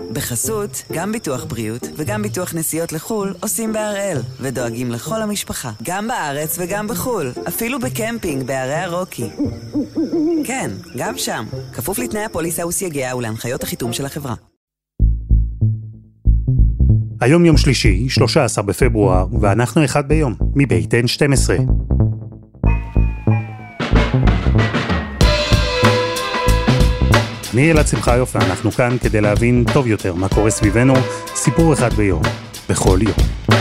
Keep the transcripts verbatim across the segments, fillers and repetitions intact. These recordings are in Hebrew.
בחסות, גם ביטוח בריאות וגם ביטוח נסיעות לחול עושים בהראל, ודואגים לכל המשפחה, גם בארץ וגם בחול, אפילו בקמפינג בערי הרוקי. כן, גם שם, כפוף לתנאי הפוליסה וסייגיה ולהנחיות החיתום של החברה. היום יום שלישי, שלושה עשר בפברואר, ואנחנו אחד ביום, מבית אן שתים עשרה. אני אלעד שמחיוף, ואנחנו כאן כדי להבין טוב יותר מה קורה סביבנו, סיפור אחד ביום, בכל יום.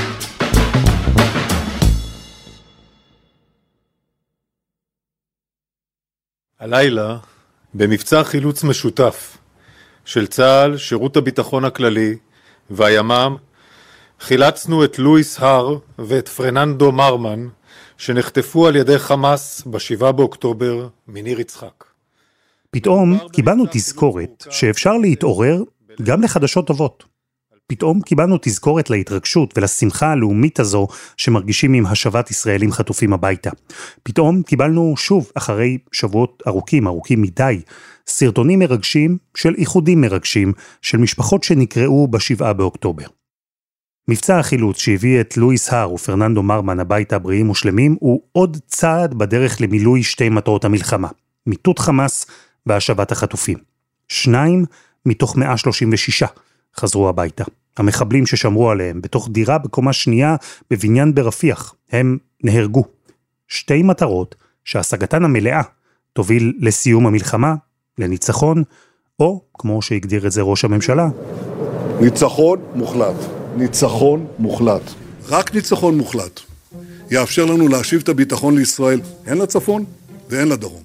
הלילה, במבצע חילוץ משותף של צה"ל, שירות הביטחון הכללי והימ"מ, חילצנו את לואיס הר ואת פרננדו מרמן, שנחטפו על ידי חמאס בשבעה באוקטובר מניר יצחק. פתאום קיבלנו תזכורת שאפשר להתעורר גם לחדשות טובות. פתאום קיבלנו תזכורת להתרגשות ולשמחה הלאומית הזו שמרגישים עם השבת ישראלים חטופים הביתה. פתאום קיבלנו שוב, אחרי שבועות ארוכים, ארוכים מדי, סרטונים מרגשים של איחודים מרגשים של משפחות שנקראו בשבעה באוקטובר. מבצע החילוץ שהביא את לואיס הר ופרננדו מרמן הביתה בריאים ושלמים הוא עוד צעד בדרך למילוי שתי מטרות המלחמה. מיטוט חמאס והשבת החטופים. שניים מתוך מאה שלושים ושש חזרו הביתה. המחבלים ששמרו עליהם בתוך דירה בקומה שנייה בבניין ברפיח, הם נהרגו. שתי מטרות שהשגתן המלאה תוביל לסיום המלחמה, לניצחון, או, כמו שהגדיר את זה ראש הממשלה, ניצחון מוחלט. ניצחון מוחלט. רק ניצחון מוחלט. יאפשר לנו להשיב את הביטחון לישראל, הן לצפון והן לדרום.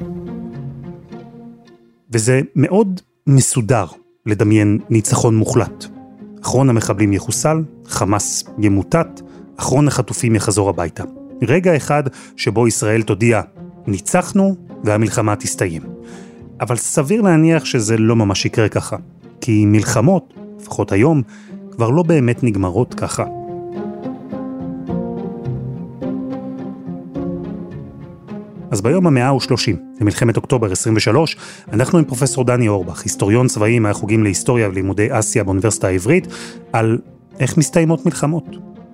וזה מאוד מסודר לדמיין ניצחון מוחלט. אחרון המחבלים יחוסל, חמאס ימוטט, אחרון החטופים יחזור הביתה. רגע אחד שבו ישראל תודיע, ניצחנו והמלחמה תסתיים. אבל סביר להניח שזה לא ממש יקרה ככה. כי מלחמות, לפחות היום, כבר לא באמת נגמרות ככה. אז ביום המאה ושלושים, למלחמת אוקטובר עשרים ושלוש, אנחנו עם פרופסור דני אורבך, היסטוריון צבאי מהחוגים להיסטוריה ולימודי אסיה באוניברסיטה העברית, על איך מסתיימות מלחמות.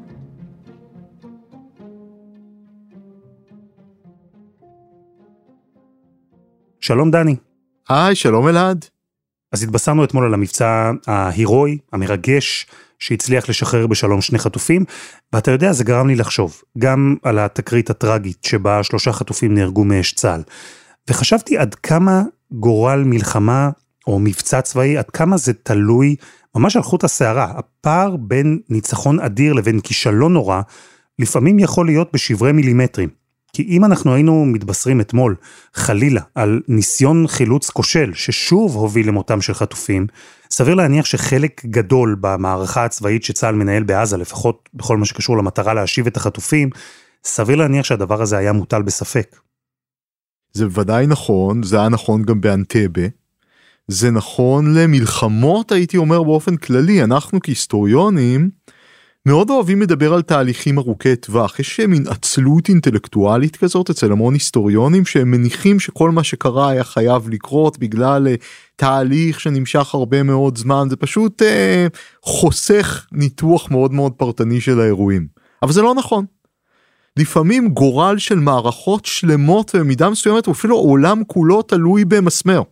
שלום דני. היי, שלום אלעד. אז התבשרנו אתמול על המבצע ההירואי, המרגש, שהצליח לשחרר בשלום שני חטופים, ואתה יודע, זה גרם לי לחשוב, גם על התקרית הטרגית שבה שלושה חטופים נהרגו מאש צה"ל. וחשבתי עד כמה גורל מלחמה או מבצע צבאי, עד כמה זה תלוי ממש על חוט השערה. הפער בין ניצחון אדיר לבין כישלון נורא, לפעמים יכול להיות בשברי מילימטרים. כי אם אנחנו היינו מתבשרים אתמול, חלילה, על ניסיון חילוץ כושל, ששוב הוביל למותם של חטופים, סביר להניח שחלק גדול במערכה הצבאית שצה"ל מנהל בעזה, לפחות בכל מה שקשור למטרה להשיב את החטופים, סביר להניח שהדבר הזה היה מוטל בספק. זה בוודאי נכון, זה היה נכון גם באנטבה, זה נכון למלחמות, הייתי אומר באופן כללי, אנחנו כהיסטוריונים, מאוד אוהבים לדבר על תהליכים ארוכי טווח, יש מין עצלות אינטלקטואלית כזאת אצל המון היסטוריונים שהם מניחים שכל מה שקרה היה חייב לקרות בגלל uh, תהליך שנמשך הרבה מאוד זמן, זה פשוט uh, חוסך ניתוח מאוד מאוד פרטני של האירועים, אבל זה לא נכון. לפעמים גורל של מערכות שלמות ובמידה מסוימת אפילו העולם כולו תלוי במסמר.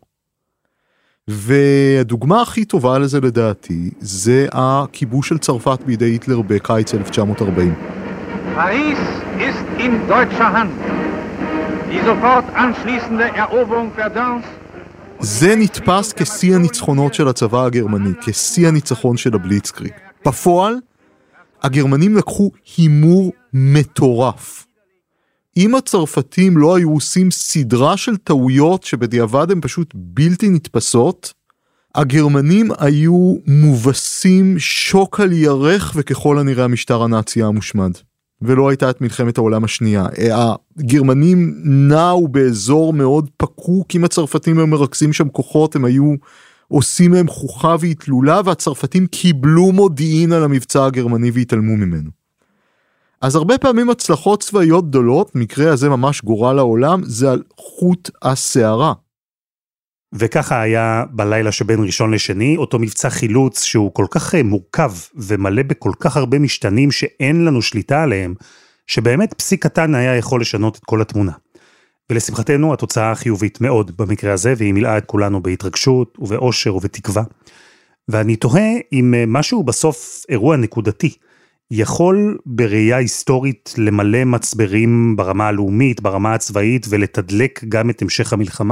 והדוגמה הכי טובה לזה לדעתי, זה הכיבוש של צרפת בידי היטלר בקיץ אלף תשע מאות ארבעים. פריז ist in deutscher Hand. Die sofort anschließende Eroberung Verdun. זה נתפס כשיא הניצחונות של הצבא הגרמני, כשיא הניצחון של הבליצקריג. בפועל, הגרמנים לקחו הימור מטורף. אם הצרפתים לא היו עושים סדרה של טעויות שבדיעבד הן פשוט בלתי נתפסות, הגרמנים היו מובסים שוק על ירך וככל הנראה המשטר הנאצי המושמד. ולא הייתה את מלחמת העולם השנייה. הגרמנים נעו באזור מאוד פקוק, אם הצרפתים הם מרכזים שם כוחות, הם היו עושים מהם חוכה והתלולה, והצרפתים קיבלו מודיעין על המבצע הגרמני והתעלמו ממנו. אז הרבה פעמים הצלחות צבאיות גדולות, מקרה הזה ממש גורל העולם, זה על חוט השערה. וככה היה בלילה שבין ראשון לשני, אותו מבצע חילוץ שהוא כל כך מורכב ומלא בכל כך הרבה משתנים שאין לנו שליטה עליהם, שבאמת פסיק קטן היה יכול לשנות את כל התמונה. ולשמחתנו התוצאה חיובית מאוד במקרה הזה, והיא מילאה את כולנו בהתרגשות ובאושר ובתקווה. ואני תוהה אם משהו בסוף אירוע נקודתי, יכול בראייה היסטורית למלא מצברים ברמה הלאומית, ברמה הצבאית, ולתדלק גם את המשך המלחמה?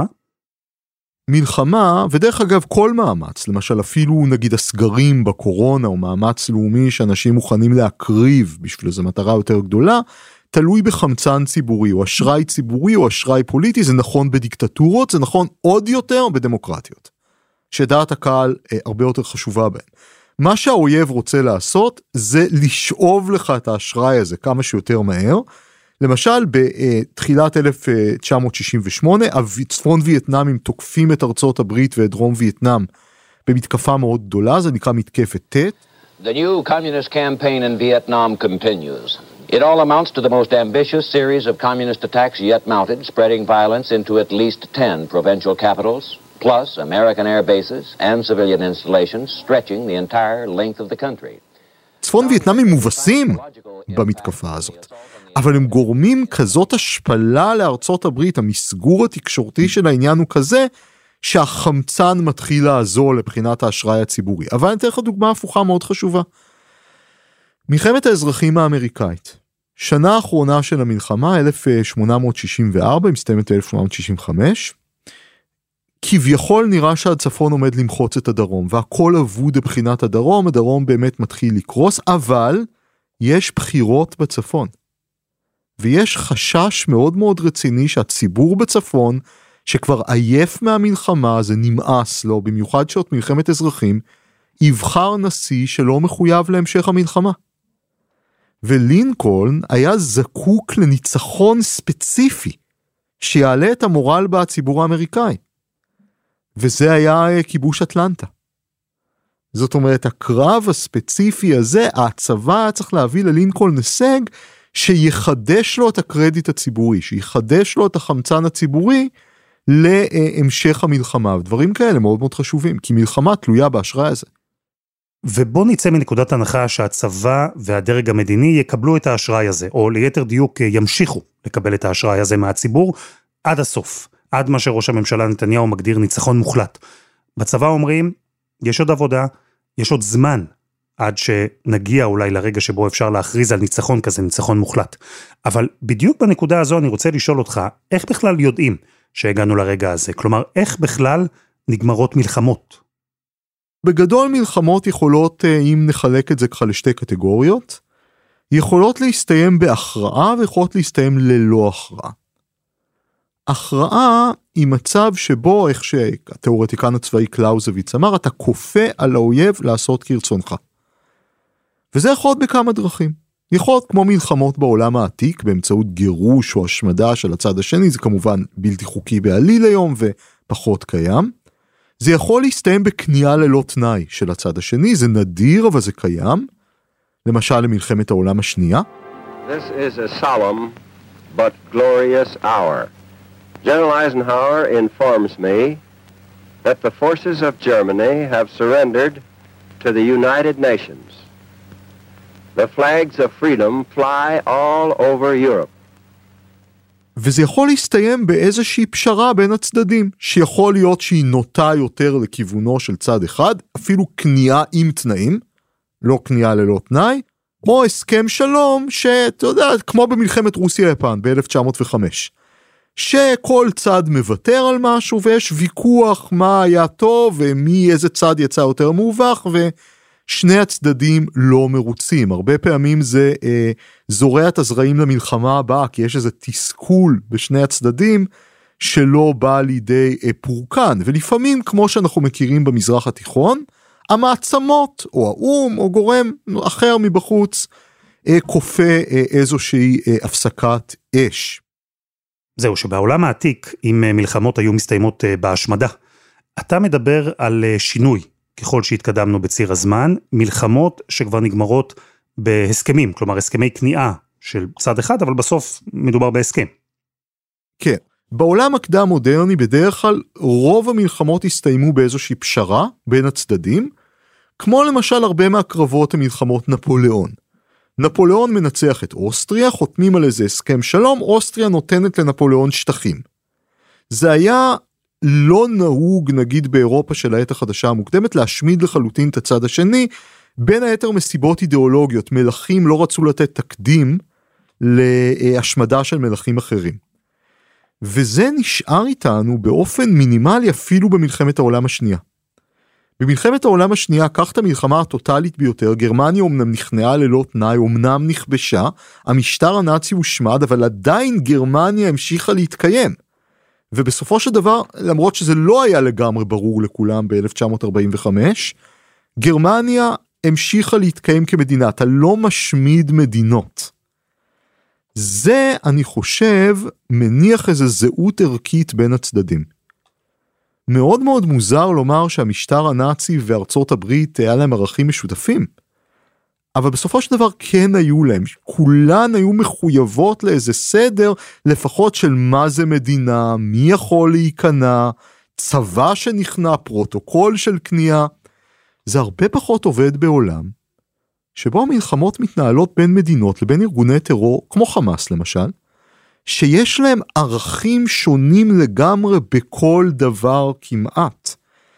מלחמה, ודרך אגב כל מאמץ, למשל אפילו נגיד הסגרים בקורונה, או מאמץ לאומי שאנשים מוכנים להקריב בשביל איזו מטרה יותר גדולה, תלוי בחמצן ציבורי, או אשראי ציבורי, או אשראי פוליטי. זה נכון בדיקטטורות, זה נכון עוד יותר בדמוקרטיות, שדעת הקהל אה, הרבה יותר חשובה בהן. מה שהאויב רוצה לעשות, זה לשאוב לך את האשראי הזה כמה שיותר מהר. למשל, בתחילת אלף תשע מאות שישים ושמונה, צפון וייטנאמים תוקפים את ארצות הברית ואת דרום וייטנאם במתקפה מאוד גדולה, זה נקרא מתקפת ט'. The new communist campaign in Vietnam continues. It all amounts to the most ambitious series of communist attacks yet mounted, spreading violence into at least ten provincial capitals, plus American air bases and civilian installations stretching the entire length of the country. צפון וייטנאמים מובסים במתקפה הזאת, אבל הם גורמים כזאת השפלה לארצות הברית. המסגור התקשורתי של העניין הוא כזה, שהחמצן מתחיל לעזור לבחינת האשראי הציבורי. אבל אני אתן לך דוגמה הפוכה מאוד חשובה. מלחמת האזרחים האמריקאית, שנה האחרונה של המלחמה, אלף שמונה מאות שישים וארבע, מסתיימת אלף שמונה מאות שישים וחמש, כביכול נראה שהצפון עומד למחוץ את הדרום, והכל אבוד לבחינת הדרום, הדרום באמת מתחיל לקרוס, אבל יש בחירות בצפון. ויש חשש מאוד מאוד רציני שהציבור בצפון, שכבר עייף מהמלחמה, זה נמאס לו, במיוחד שעות מלחמת אזרחים, יבחר נשיא שלא מחויב להמשך המלחמה. ולינקולן היה זקוק לניצחון ספציפי, שיעלה את המורל בציבור האמריקאי. וזה היה כיבוש אטלנטה. זאת אומרת, הקרב הספציפי הזה, הצבא היה צריך להביא ללינקולן הישג, שיחדש לו את הקרדיט הציבורי, שיחדש לו את החמצן הציבורי, להמשך המלחמה, ודברים כאלה מאוד מאוד חשובים, כי מלחמה תלויה באשראי הזה. ובוא נצא מנקודת הנחה שהצבא והדרג המדיני יקבלו את האשראי הזה, או ליתר דיוק ימשיכו לקבל את האשראי הזה מהציבור, עד הסוף, עד מה שראש הממשלה נתניהו מגדיר ניצחון מוחלט. בצבא אומרים, יש עוד עבודה, יש עוד זמן, עד שנגיע אולי לרגע שבו אפשר להכריז על ניצחון כזה, ניצחון מוחלט. אבל בדיוק בנקודה הזו אני רוצה לשאול אותך, איך בכלל יודעים שהגענו לרגע הזה? כלומר, איך בכלל נגמרות מלחמות? בגדול מלחמות יכולות, אם נחלק את זה ככה לשתי קטגוריות, יכולות להסתיים בהכרעה ויכולות להסתיים ללא הכרעה. הכרעה היא מצב שבו, איך שהתיאורטיקן הצבאי קלאוזוויץ אמר, אתה כופה על האויב לעשות כרצונך. וזה יכול להיות בכמה דרכים. יכול להיות כמו מלחמות בעולם העתיק, באמצעות גירוש או השמדה של הצד השני, זה כמובן בלתי חוקי בעליל היום ופחות קיים. זה יכול להסתיים בכניעה ללא תנאי של הצד השני, זה נדיר אבל זה קיים. למשל למלחמת העולם השנייה. This is a solemn but glorious hour. General Eisenhower informs me that the forces of Germany have surrendered to the United Nations. The flags of freedom fly all over Europe. וזה יכול להסתיים באיזושהי פשרה בין הצדדים, שיכול להיות שהיא נוטה יותר לכיוונו של צד אחד, אפילו כניעה עם תנאים, לא כניעה ללא תנאי, או הסכם שלום שאתה יודע, כמו במלחמת רוסיה-יפן ב-אלף תשע מאות וחמש, שכל צד מוותר על משהו ויש ויכוח מה היה טוב ומי איזה צד יצא יותר מובך ושני הצדדים לא מרוצים. הרבה פעמים זה אה, זורע את הזרעים למלחמה הבאה, כי יש איזה תסכול בשני הצדדים שלא בא לידי אה, פורקן, ולפעמים כמו שאנחנו מכירים במזרח התיכון, המעצמות או האום או גורם אחר מבחוץ אה, כופה אה, איזושהי אה, הפסקת אש. זהו, שבעולם העתיק, אם מלחמות היו מסתיימות בהשמדה, אתה מדבר על שינוי, ככל שהתקדמנו בציר הזמן, מלחמות שכבר נגמרות בהסכמים, כלומר הסכמי כניעה של צד אחד, אבל בסוף מדובר בהסכם. כן, בעולם הקדם מודרני בדרך כלל רוב המלחמות הסתיימו באיזושהי פשרה בין הצדדים, כמו למשל הרבה מהקרבות המלחמות נפוליאון. נפוליאון מנצח את אוסטריה, חותמים על איזה הסכם שלום, אוסטריה נותנת לנפוליאון שטחים. זה היה לא נהוג נגיד באירופה של העת החדשה המוקדמת להשמיד לחלוטין את הצד השני, בין היתר מסיבות אידיאולוגיות, מלכים לא רצו לתת תקדים להשמדה של מלכים אחרים. וזה נשאר איתנו באופן מינימלי אפילו במלחמת העולם השנייה. במלחמת העולם השנייה, קח את המלחמה הטוטלית ביותר, גרמניה אומנם נכנעה ללא תנאי, אומנם נכבשה, המשטר הנאצי הושמד, אבל עדיין גרמניה המשיכה להתקיים. ובסופו של דבר, למרות שזה לא היה לגמרי ברור לכולם ב-אלף תשע מאות ארבעים וחמש, גרמניה המשיכה להתקיים כמדינה, אתה לא משמיד מדינות. זה, אני חושב, מניח איזו זהות ערכית בין הצדדים. מאוד מאוד מוזר לומר שהמשטר הנאצי וארצות הברית היה להם ערכים משותפים, אבל בסופו של דבר כן היו להם, כולן היו מחויבות לאיזה סדר, לפחות של מה זה מדינה, מי יכול להיכנע, צבא שנכנע, פרוטוקול של קנייה. זה הרבה פחות עובד בעולם, שבו המלחמות מתנהלות בין מדינות לבין ארגוני טרור, כמו חמאס למשל, שיש להם ערכים שונים לגמרי בכל דבר כמעט.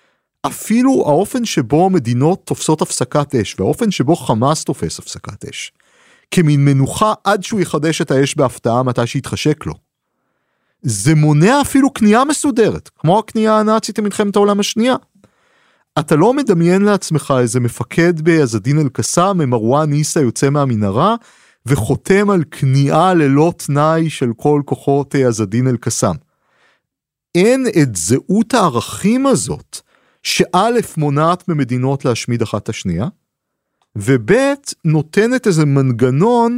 אפילו האופן שבו מדינות תופסות הפסקת אש, והאופן שבו חמאס תופס הפסקת אש, כמין מנוחה עד שהוא יחדש את האש בהפתעה מתי שיתחשק לו. זה מונע אפילו קנייה מסודרת, כמו הקנייה הנאצית במלחמת העולם השנייה. אתה לא מדמיין לעצמך איזה מפקד בעז-א-דין אל-קסאם, מרואן עיסא יוצא מהמנהרה, וחותם על כניעה ללא תנאי של כל כוחות עז-א-דין אל-קסאם. אין את זהות הערכים הזאת, שא' מונעת ממדינות להשמיד אחת השנייה, וב' נותנת איזה מנגנון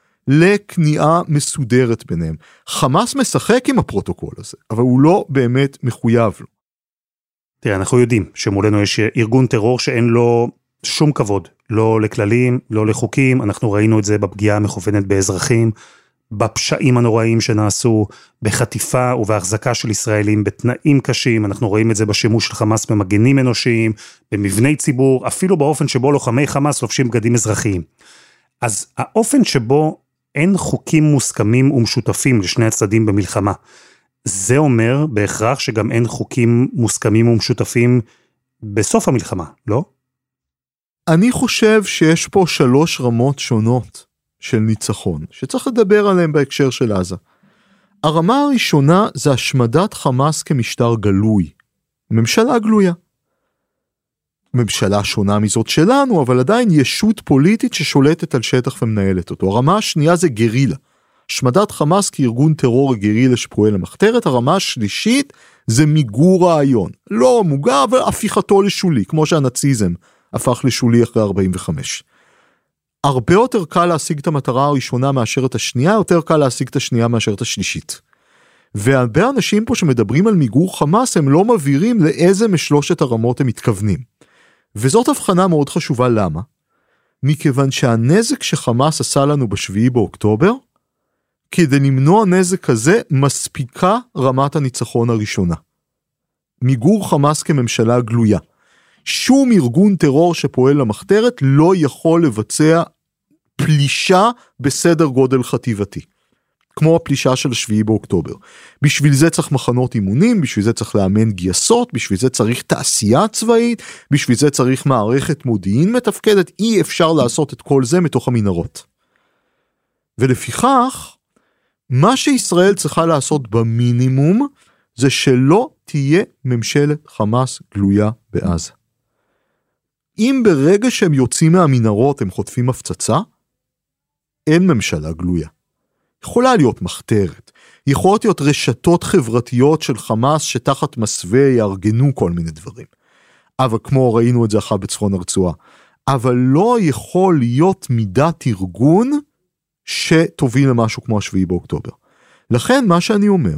לקניעה מסודרת ביניהם. חמאס משחק עם הפרוטוקול הזה, אבל הוא לא באמת מחויב לו. תראה, אנחנו יודעים שמולנו יש ארגון טרור שאין לו שום כבוד, לא לכללים, לא לחוקים, אנחנו ראינו את זה בפגיעה המכוונת באזרחים, בפשעים הנוראים שנעשו, בחטיפה ובהחזקה של ישראלים בתנאים קשים, אנחנו רואים את זה בשימוש של חמאס במגנים אנושיים, במבני ציבור, אפילו באופן שבו לוחמי חמאס לובשים בגדים אזרחיים. אז האופן שבו אין חוקים מוסכמים ומשותפים לשני הצדדים במלחמה, זה אומר בהכרח שגם אין חוקים מוסכמים ומשותפים בסוף המלחמה, לא? אני חושב שיש פה שלוש רמות שונות של ניצחון, שצריך לדבר עליהם בהקשר של עזה. הרמה הראשונה זה השמדת חמאס כמשטר גלוי, ממשלה גלויה. ממשלה שונה מזאת שלנו, אבל עדיין ישות פוליטית ששולטת על שטח ומנהלת אותו. הרמה השנייה זה גרילה, השמדת חמאס כארגון טרור גרילה שפועל למחתרת. הרמה השלישית זה מיגור רעיון, לא מוגר אבל הפיכתו לשולי, כמו שהנאציזם הפך לשולי אחרי ארבעים וחמש. הרבה יותר קל להשיג את המטרה הראשונה מאשר את השנייה, יותר קל להשיג את השנייה מאשר את השלישית. והרבה אנשים פה שמדברים על מיגור חמאס, הם לא מבהירים לאיזה משלושת הרמות הם מתכוונים. וזאת הבחנה מאוד חשובה, למה? מכיוון שהנזק שחמאס עשה לנו בשביעי באוקטובר, כדי למנוע נזק כזה, מספיקה רמת הניצחון הראשונה. מיגור חמאס כממשלה גלויה. שום ארגון טרור שפועל למחתרת לא יכול לבצע פלישה בסדר גודל חטיבתי, כמו הפלישה של השביעי באוקטובר. בשביל זה צריך מחנות אימונים, בשביל זה צריך לאמן גייסות, בשביל זה צריך תעשייה צבאית, בשביל זה צריך מערכת מודיעין מתפקדת, אי אפשר לעשות את כל זה מתוך המנהרות. ולפיכך, מה שישראל צריכה לעשות במינימום, זה שלא תהיה ממשלת חמאס גלויה בעזה. אם ברגע שהם יוצאים מהמנהרות הם חוטפים הפצצה, אין ממשלה גלויה. יכולה להיות מחתרת, יכולות להיות רשתות חברתיות של חמאס שתחת מסווה יארגנו כל מיני דברים. אבל כמו ראינו את זה אחר בצפון הרצועה, אבל לא יכול להיות מידת ארגון שתוביל למשהו כמו השביעי באוקטובר. לכן מה שאני אומר,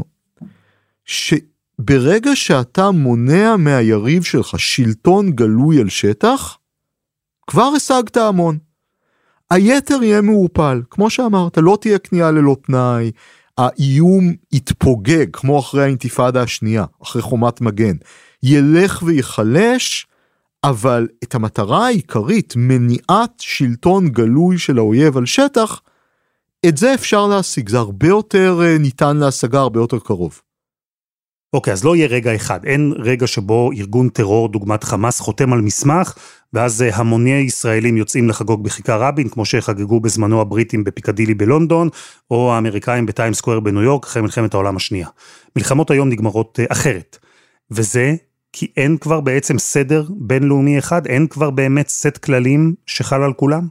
שברגע שאתה מונע מהיריב שלך שלטון גלוי על שטח, כבר השגת המון. היתר יהיה מעופל, כמו שאמרת, לא תהיה קנייה ללא תנאי, האיום יתפוגג, כמו אחרי האינתיפאדה השנייה, אחרי חומת מגן, ילך ויחלש, אבל את המטרה העיקרית, מניעת שלטון גלוי של האויב על שטח, את זה אפשר להשיג, זה הרבה יותר ניתן להשגה, הרבה יותר קרוב. אוקיי, אז לא יהיה רגע אחד, אין רגע שבו ארגון טרור דוגמת חמאס חותם על מסמך, ואז המוני ישראלים יוצאים לחגוג בכיכר רבין, כמו שחגגו בזמנו הבריטים בפיקדילי בלונדון, או האמריקאים בטיים סקוואר בניו יורק, אחרי מלחמת העולם השנייה. מלחמות היום נגמרות אחרת, וזה כי אין כבר בעצם סדר בינלאומי אחד, אין כבר באמת סט כללים שחל על כולם?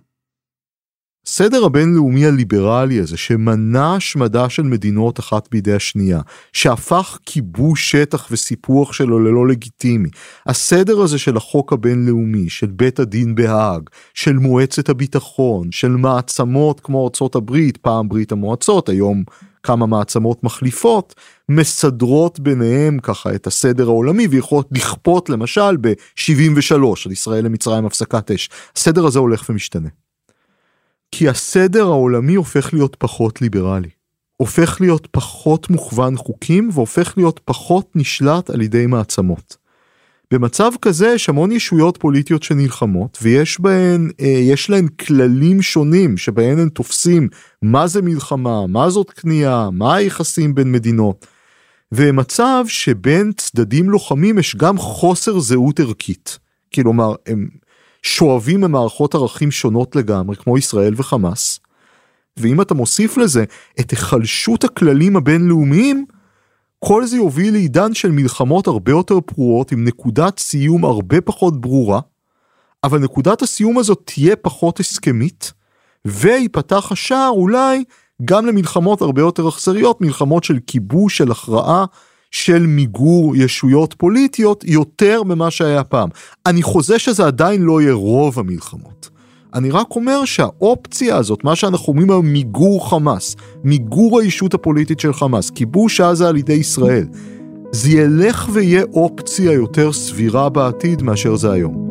סדר הבינלאומי הליברלי הזה, שמנע השמדה של מדינות אחת בידי השנייה, שהפך כיבוש שטח וסיפוח שלו ללא לגיטימי, הסדר הזה של החוק הבינלאומי, של בית הדין בהאג, של מועצת הביטחון, של מעצמות כמו ארצות הברית, פעם ברית המועצות, היום כמה מעצמות מחליפות, מסדרות ביניהם ככה את הסדר העולמי, ויכולות לכפות למשל ב-שבעים ושלוש, על ישראל למצרים הפסקת אש. הסדר הזה הולך ומשתנה. כי הסדר העולמי הופך להיות פחות ליברלי, הופך להיות פחות מוכוון חוקים, והופך להיות פחות נשלט על ידי מעצמות. במצב כזה יש המון ישויות פוליטיות שנלחמות, ויש בהן, יש להן כללים שונים, שבהן הן תופסים מה זה מלחמה, מה זאת קנייה, מה היחסים בין מדינות, ומצב שבין צדדים לוחמים יש גם חוסר זהות ערכית, כלומר הם שואבים ממערכות ערכים שונות לגמרי, כמו ישראל וחמאס, ואם אתה מוסיף לזה את החלשות הכללים הבינלאומיים, כל זה יוביל לעידן של מלחמות הרבה יותר פרועות, עם נקודת סיום הרבה פחות ברורה, אבל נקודת הסיום הזאת תהיה פחות הסכמית, ויפתח השער אולי גם למלחמות הרבה יותר אכזריות, מלחמות של כיבוש, של הכרעה, של מיגור ישויות פוליטיות, יותר ממה שהיה פעם. אני חוזה שזה עדיין לא יהיה רוב המלחמות. אני רק אומר שהאופציה הזאת, מה שאנחנו אומרים על מיגור חמאס, מיגור האישות הפוליטית של חמאס, כיבוש עזה על ידי ישראל, זה ילך ויהיה אופציה יותר סבירה בעתיד מאשר זה היום.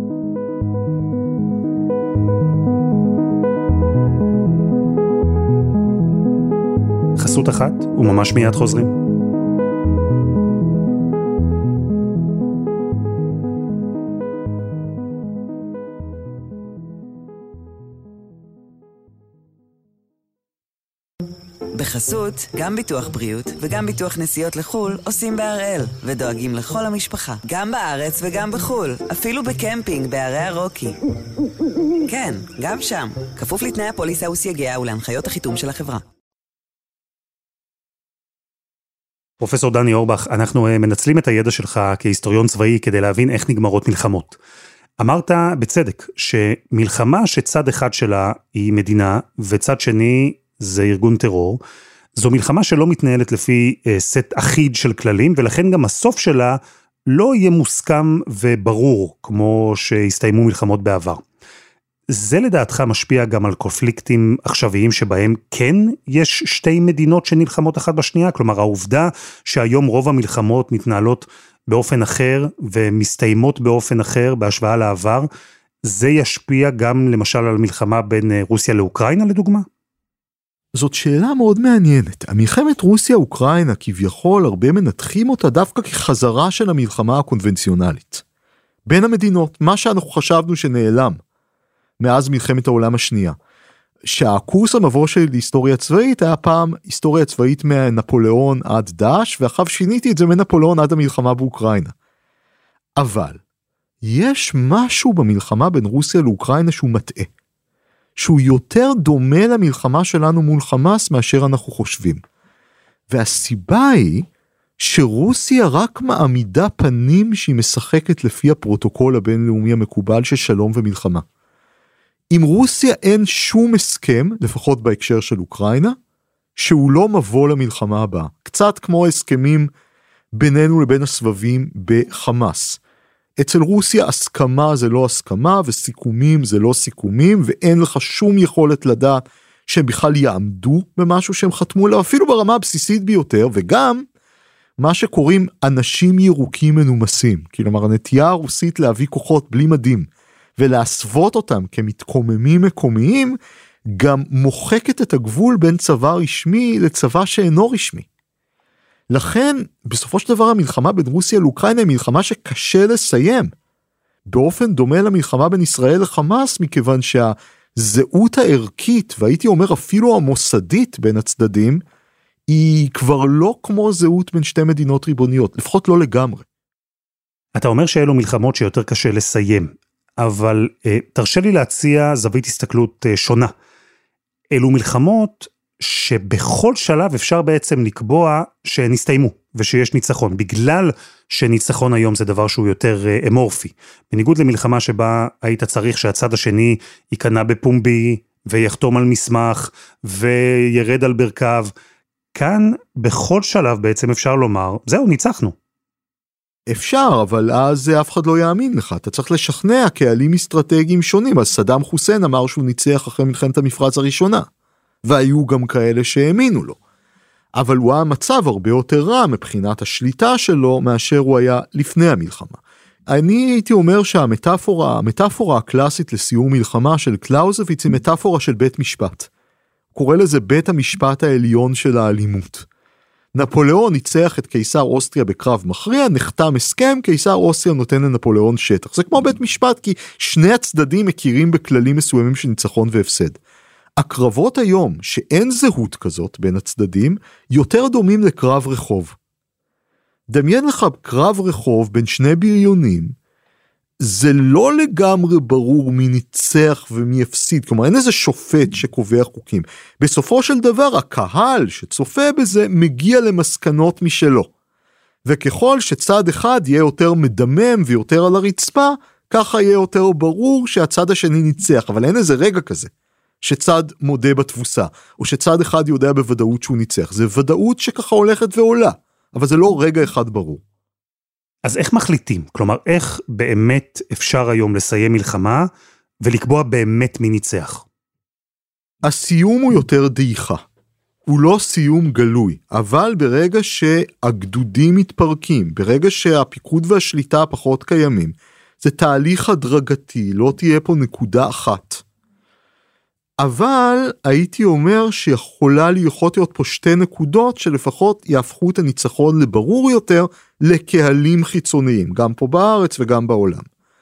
חסות אחת, וממש מיד חוזרים. בחסות, גם ביטוח בריאות וגם ביטוח נסיעות לחול עושים בהראל, ודואגים לכל המשפחה, גם בארץ וגם בחול, אפילו בקמפינג בערי הרוקי. כן, גם שם, כפוף לתנאי הפוליסה וסייגיה ולהנחיות החיתום של החברה. פרופסור דני אורבך, אנחנו מנצלים את הידע שלך כהיסטוריון צבאי כדי להבין איך נגמרות מלחמות. אמרת בצדק שמלחמה שצד אחד שלה היא מדינה וצד שני זה ארגון טרור, זו מלחמה שלא מתנהלת לפי אה, סט אחיד של כללים, ולכן גם הסוף שלה לא יהיה מוסכם וברור, כמו שהסתיימו מלחמות בעבר. זה לדעתך משפיע גם על קונפליקטים עכשוויים שבהם כן יש שתי מדינות שנלחמות אחת בשנייה, כלומר העובדה שהיום רוב המלחמות מתנהלות באופן אחר ומסתיימות באופן אחר בהשוואה לעבר, זה ישפיע גם למשל על מלחמה בין רוסיה לאוקראינה לדוגמה? זאת שאלה מאוד מעניינת. המלחמת רוסיה-אוקראינה כביכול הרבה מנתחים אותה דווקא כחזרה של המלחמה הקונבנציונלית. בין המדינות, מה שאנחנו חשבנו שנעלם מאז מלחמת העולם השנייה. שהקורס המבוא של היסטוריה צבאית היה פעם היסטוריה צבאית מנפוליאון עד דאש, ואחר שיניתי את זה מנפוליאון עד המלחמה באוקראינה. אבל יש משהו במלחמה בין רוסיה לאוקראינה שהוא מטעה. שהוא יותר דומה למלחמה שלנו מול חמאס מאשר אנחנו חושבים. והסיבה היא שרוסיה רק מעמידה פנים שהיא משחקת לפי הפרוטוקול הבינלאומי המקובל של שלום ומלחמה. עם רוסיה אין שום הסכם, לפחות בהקשר של אוקראינה, שהוא לא מבוא למלחמה הבאה. קצת כמו הסכמים בינינו לבין הסבבים בחמאס. אצל רוסיה הסכמה זה לא הסכמה, וסיכומים זה לא סיכומים, ואין לך שום יכולת לדעת שהם בכלל יעמדו במשהו שהם חתמו עליו, אפילו ברמה הבסיסית ביותר, וגם מה שקוראים אנשים ירוקים מנומסים, כלומר הנטייה הרוסית להביא כוחות בלי מדים, ולהסוות אותם כמתקוממים מקומיים, גם מוחקת את הגבול בין צבא רשמי לצבא שאינו רשמי. לכן, בסופו של דבר המלחמה בין רוסיה לאוקראינה היא מלחמה שקשה לסיים. באופן דומה למלחמה בין ישראל לחמאס, מכיוון שהזהות הערכית, והייתי אומר אפילו המוסדית בין הצדדים, היא כבר לא כמו זהות בין שתי מדינות ריבוניות, לפחות לא לגמרי. אתה אומר שאלו מלחמות שיותר קשה לסיים, אבל אה, תרשה לי להציע זווית הסתכלות אה, שונה. אלו מלחמות שבכל שלב אפשר בעצם לקבוע שהן הסתיימו, ושיש ניצחון, בגלל שניצחון היום זה דבר שהוא יותר אה, אמורפי. בניגוד למלחמה שבה היית צריך שהצד השני ייכנע בפומבי, ויחתום על מסמך, וירד על ברכיו, כאן בכל שלב בעצם אפשר לומר, זהו, ניצחנו. אפשר, אבל אז אף אחד לא יאמין לך. אתה צריך לשכנע קהלים אסטרטגיים שונים. אז סדאם חוסיין אמר שהוא ניצח אחרי מלחמת המפרץ הראשונה. והיו גם כאלה שהאמינו לו. אבל הוא היה מצב הרבה יותר רע מבחינת השליטה שלו מאשר הוא היה לפני המלחמה. אני הייתי אומר שהמטאפורה, המטאפורה הקלאסית לסיום מלחמה של קלאוזוויץ היא מטאפורה של בית משפט. קורא לזה בית המשפט העליון של האלימות. נפוליאון ניצח את קיסר אוסטריה בקרב מכריע, נחתם הסכם, קיסר אוסטריה נותן לנפוליאון שטח. זה כמו בית משפט, כי שני הצדדים מכירים בכללים מסוימים של ניצחון והפסד. הקרבות היום, שאין זהות כזאת בין הצדדים, יותר דומים לקרב רחוב. דמיין לך קרב רחוב בין שני בריונים, זה לא לגמרי ברור מי ניצח ומי הפסיד, כלומר אין איזה שופט שקובע חוקים. בסופו של דבר הקהל שצופה בזה מגיע למסקנות משלו. וככל שצד אחד יהיה יותר מדמם ויותר על הרצפה, ככה יהיה יותר ברור שהצד השני ניצח, אבל אין איזה רגע כזה, שצד מודה בתבוסה, או שצד אחד יודע בוודאות שהוא ניצח. זה ודאות שככה הולכת ועולה, אבל זה לא רגע אחד ברור. אז איך מחליטים? כלומר, איך באמת אפשר היום לסיים מלחמה, ולקבוע באמת מי ניצח? הסיום הוא יותר דעיכה. הוא לא סיום גלוי, אבל ברגע שהגדודים מתפרקים, ברגע שהפיקוד והשליטה פחות קיימים, זה תהליך הדרגתי, לא תהיה פה נקודה אחת. אבל הייתי אומר שיכולה להיות פה שתי נקודות שלפחות יהפכו את הניצחון לברור יותר לקהלים חיצוניים, גם פה בארץ וגם בעולם.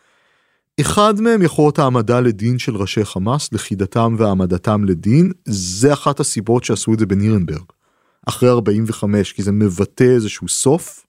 אחד מהם יכול להיות העמדה לדין של ראשי חמאס, לכידתם והעמדתם לדין, זה אחת הסיבות שעשו את זה בנירנברג, אחרי ארבעים וחמש, כי זה מבטא איזשהו סוף.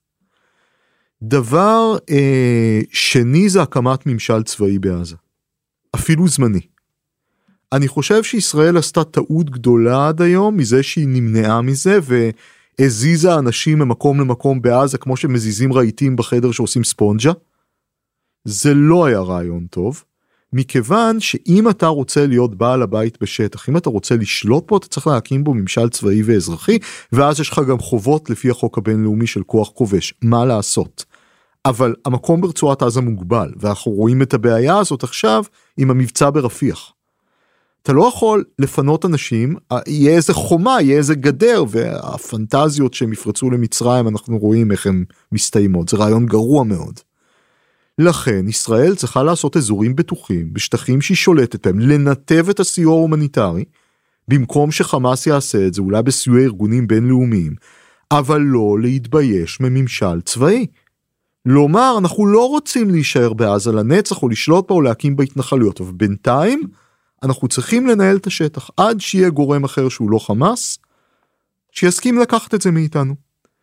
דבר אה, שני זה הקמת ממשל צבאי בעזה, אפילו זמני. אני חושב שישראל עשתה טעות גדולה עד היום, מזה שהיא נמנעה מזה, והזיזה אנשים ממקום למקום בעזה, כמו שמזיזים רהיטים בחדר שעושים ספונג'ה. זה לא היה רעיון טוב, מכיוון שאם אתה רוצה להיות בעל הבית בשטח, אם אתה רוצה לשלוט פה, אתה צריך להקים בו ממשל צבאי ואזרחי, ואז יש לך גם חובות לפי החוק הבינלאומי של כוח כובש, מה לעשות. אבל המקום ברצועת עזה מוגבל, ואנחנו רואים את הבעיה הזאת עכשיו עם המבצע ברפיח. אתה לא יכול לפנות אנשים, יהיה איזה חומה, יהיה איזה גדר, והפנטזיות שהם יפרצו למצרים, אנחנו רואים איך הן מסתיימות, זה רעיון גרוע מאוד. לכן ישראל צריכה לעשות אזורים בטוחים, בשטחים שהיא שולטת בהם, לנתב את הסיוע ההומניטרי, במקום שחמאס יעשה את זה, אולי בסיוע ארגונים בינלאומיים, אבל לא להתבייש מממשל צבאי. לומר, אנחנו לא רוצים להישאר בעזה לנצח, או לשלוט בה, או להקים בהתנחלויות, אבל בינתיים, אנחנו צריכים לנהל את השטח, עד שיהיה גורם אחר שהוא לא חמאס, שיסכים לקחת את זה מאיתנו.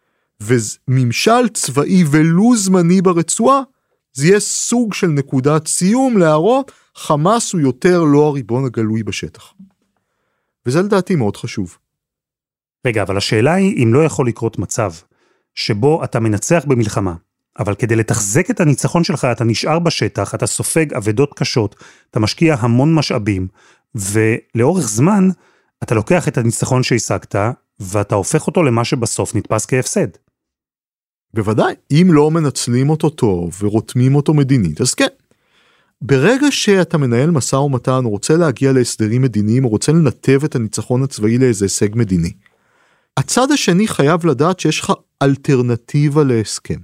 וממשל צבאי ולו זמני ברצועה, זה יהיה סוג של נקודת סיום להראות, חמאס הוא יותר לא הריבון הגלוי בשטח. וזה לדעתי מאוד חשוב. רגע, אבל השאלה היא אם לא יכול לקרות מצב, שבו אתה מנצח במלחמה, אבל כדי לתחזק את הניצחון שלך, אתה נשאר בשטח, אתה סופג עבדות קשות, אתה משקיע המון משאבים, ולאורך זמן, אתה לוקח את הניצחון שהשגת, ואתה הופך אותו למה שבסוף נתפס כהפסד. בוודאי, אם לא מנצלים אותו טוב, ורותמים אותו מדינית, אז כן. ברגע שאתה מנהל מסע ומתן, הוא רוצה להגיע להסדרים מדיניים, הוא רוצה לנתב את הניצחון הצבאי לאיזה הישג מדיני. הצד השני חייב לדעת שיש לך אלטרנטיבה להסכם.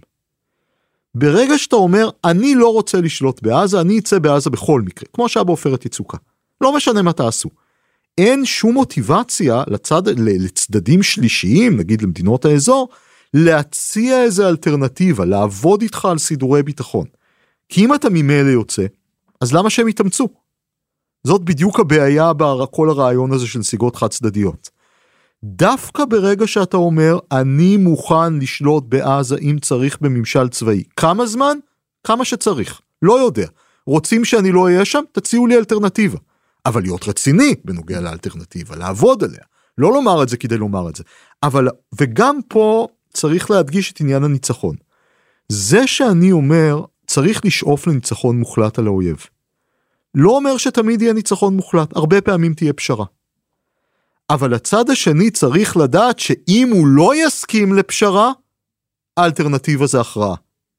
ברגע שאתה אומר, אני לא רוצה לשלוט בעזה, אני אצא בעזה בכל מקרה, כמו שהיה בעופרת יצוקה. לא משנה מה תעשו. אין שום מוטיבציה לצד, לצדדים שלישיים, נגיד למדינות האזור, להציע איזו אלטרנטיבה, לעבוד איתך על סידורי ביטחון. כי אם אתה ממילא יוצא, אז למה שהם יתאמצו? זאת בדיוק הבעיה בכל הרעיון הזה של נסיגות חד צדדיות. דווקא ברגע שאתה אומר, אני מוכן לשלוט בעזה אם צריך בממשל צבאי. כמה זמן? כמה שצריך. לא יודע. רוצים שאני לא אהיה שם? תציעו לי אלטרנטיבה. אבל להיות רציני בנוגע לאלטרנטיבה, לעבוד עליה. לא לומר את זה כדי לומר את זה. אבל, וגם פה צריך להדגיש את עניין הניצחון. זה שאני אומר, צריך לשאוף לניצחון מוחלט על האויב. לא אומר שתמיד יהיה ניצחון מוחלט, הרבה פעמים תהיה פשרה. אבל הצד השני צריך לדעת שאם הוא לא יסכים לפשרה, האלטרנטיבה זה הכרעה.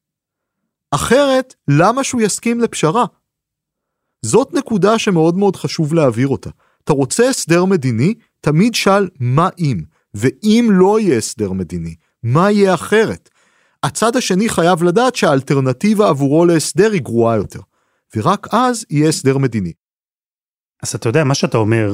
אחרת, למה שהוא יסכים לפשרה? זאת נקודה שמאוד מאוד חשוב להעביר אותה. אתה רוצה הסדר מדיני, תמיד שאל מה אם, ואם לא יהיה הסדר מדיני, מה יהיה אחרת? הצד השני חייב לדעת שהאלטרנטיבה עבורו להסדר היא גרועה יותר, ורק אז יהיה הסדר מדיני. אז אתה יודע, מה שאתה אומר,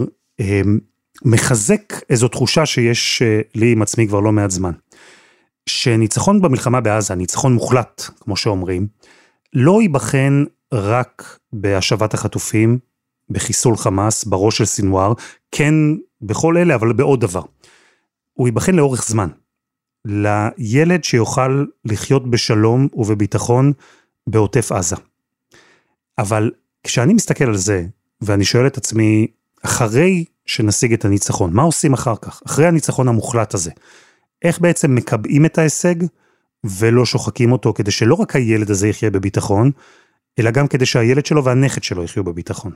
מחזק איזו תחושה שיש לי עם עצמי כבר לא מעט זמן. שניצחון במלחמה בעזה, ניצחון מוחלט, כמו שאומרים, לא ייבחן רק בהשבת החטופים, בחיסול חמאס, בראש של סינואר, כן בכל אלה, אבל בעוד דבר. הוא ייבחן לאורך זמן. לילד שיוכל לחיות בשלום ובביטחון בעוטף עזה. אבל כשאני מסתכל על זה, ואני שואל את עצמי, אחרי שנשיג את הניצחון, מה עושים אחר כך? אחרי הניצחון המוחלט הזה, איך בעצם מקבעים את ההישג, ולא שוחקים אותו, כדי שלא רק הילד הזה יחיה בביטחון, אלא גם כדי שהילד שלו והנכד שלו יחיו בביטחון.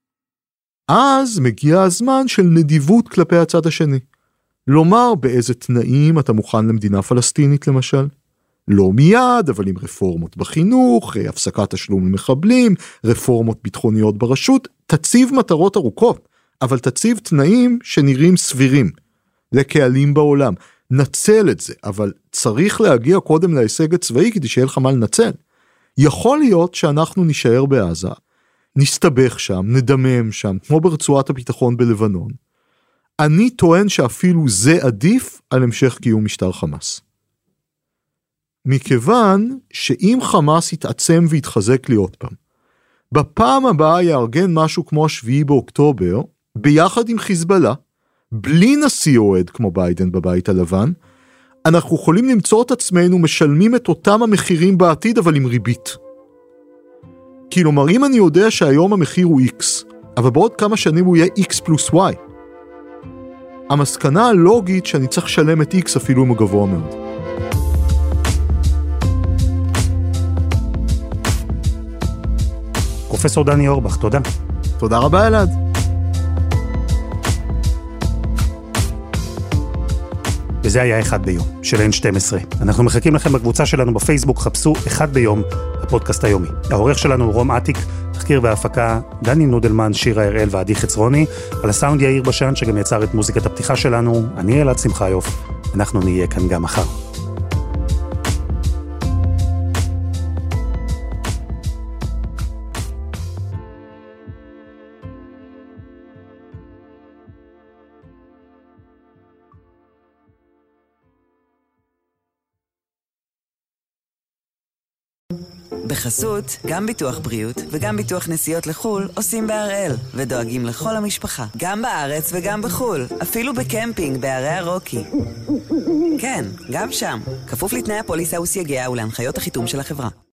אז מגיע הזמן של נדיבות כלפי הצד השני. לומר באיזה תנאים אתה מוכן למדינה פלסטינית למשל. לא מיד, אבל עם רפורמות בחינוך, הפסקת תשלום למחבלים, רפורמות ביטחוניות ברשות, תציב מטרות ארוכות, אבל תציב תנאים שנראים סבירים, לקהלים בעולם. נצל את זה, אבל צריך להגיע קודם להישג הצבאי כדי שיהיה לך מה לנצל. יכול להיות שאנחנו נשאר בעזה, נסתבך שם, נדמם שם, כמו ברצועת הביטחון בלבנון. אני טוען שאפילו זה עדיף על המשך קיום משטר חמאס. מכיוון שאם חמאס יתעצם ויתחזק לי עוד פעם, בפעם הבאה יארגן משהו כמו השביעי באוקטובר, ביחד עם חיזבאללה, בלי נשיא אוהד כמו ביידן בבית הלבן, אנחנו יכולים למצוא את עצמנו משלמים את אותם המחירים בעתיד, אבל עם ריבית. כלומר, אם אני יודע שהיום המחיר הוא X, אבל בעוד כמה שנים הוא יהיה X פלוס Y, המסקנה הלוגית שאני צריך לשלם את X אפילו אם הוא גבוה מאוד. פרופסור דני אורבך, תודה. תודה רבה אלעד. וזה היה אחד ביום, של אן שתים עשרה. אנחנו מחכים לכם בקבוצה שלנו בפייסבוק, חפשו אחד ביום, הפודקאסט היומי. העורך שלנו הוא רום עתיק, תחקיר והפקה, דני נודלמן, שירה הראל ועדי חצרוני, על הסאונד יאיר בשן, שגם יצר את מוזיקת הפתיחה שלנו, אני אלעד שמחיוף, אנחנו נהיה כאן גם מחר. בחסות, גם ביטוח בריאות וגם ביטוח נסיעות לחול עושים בהראל ודואגים לכל המשפחה, גם בארץ וגם בחול, אפילו בקמפינג בערי הרוקי. כן, גם שם, כפוף לתנאי הפוליסה וסייגיה ולהנחיות החיתום של החברה.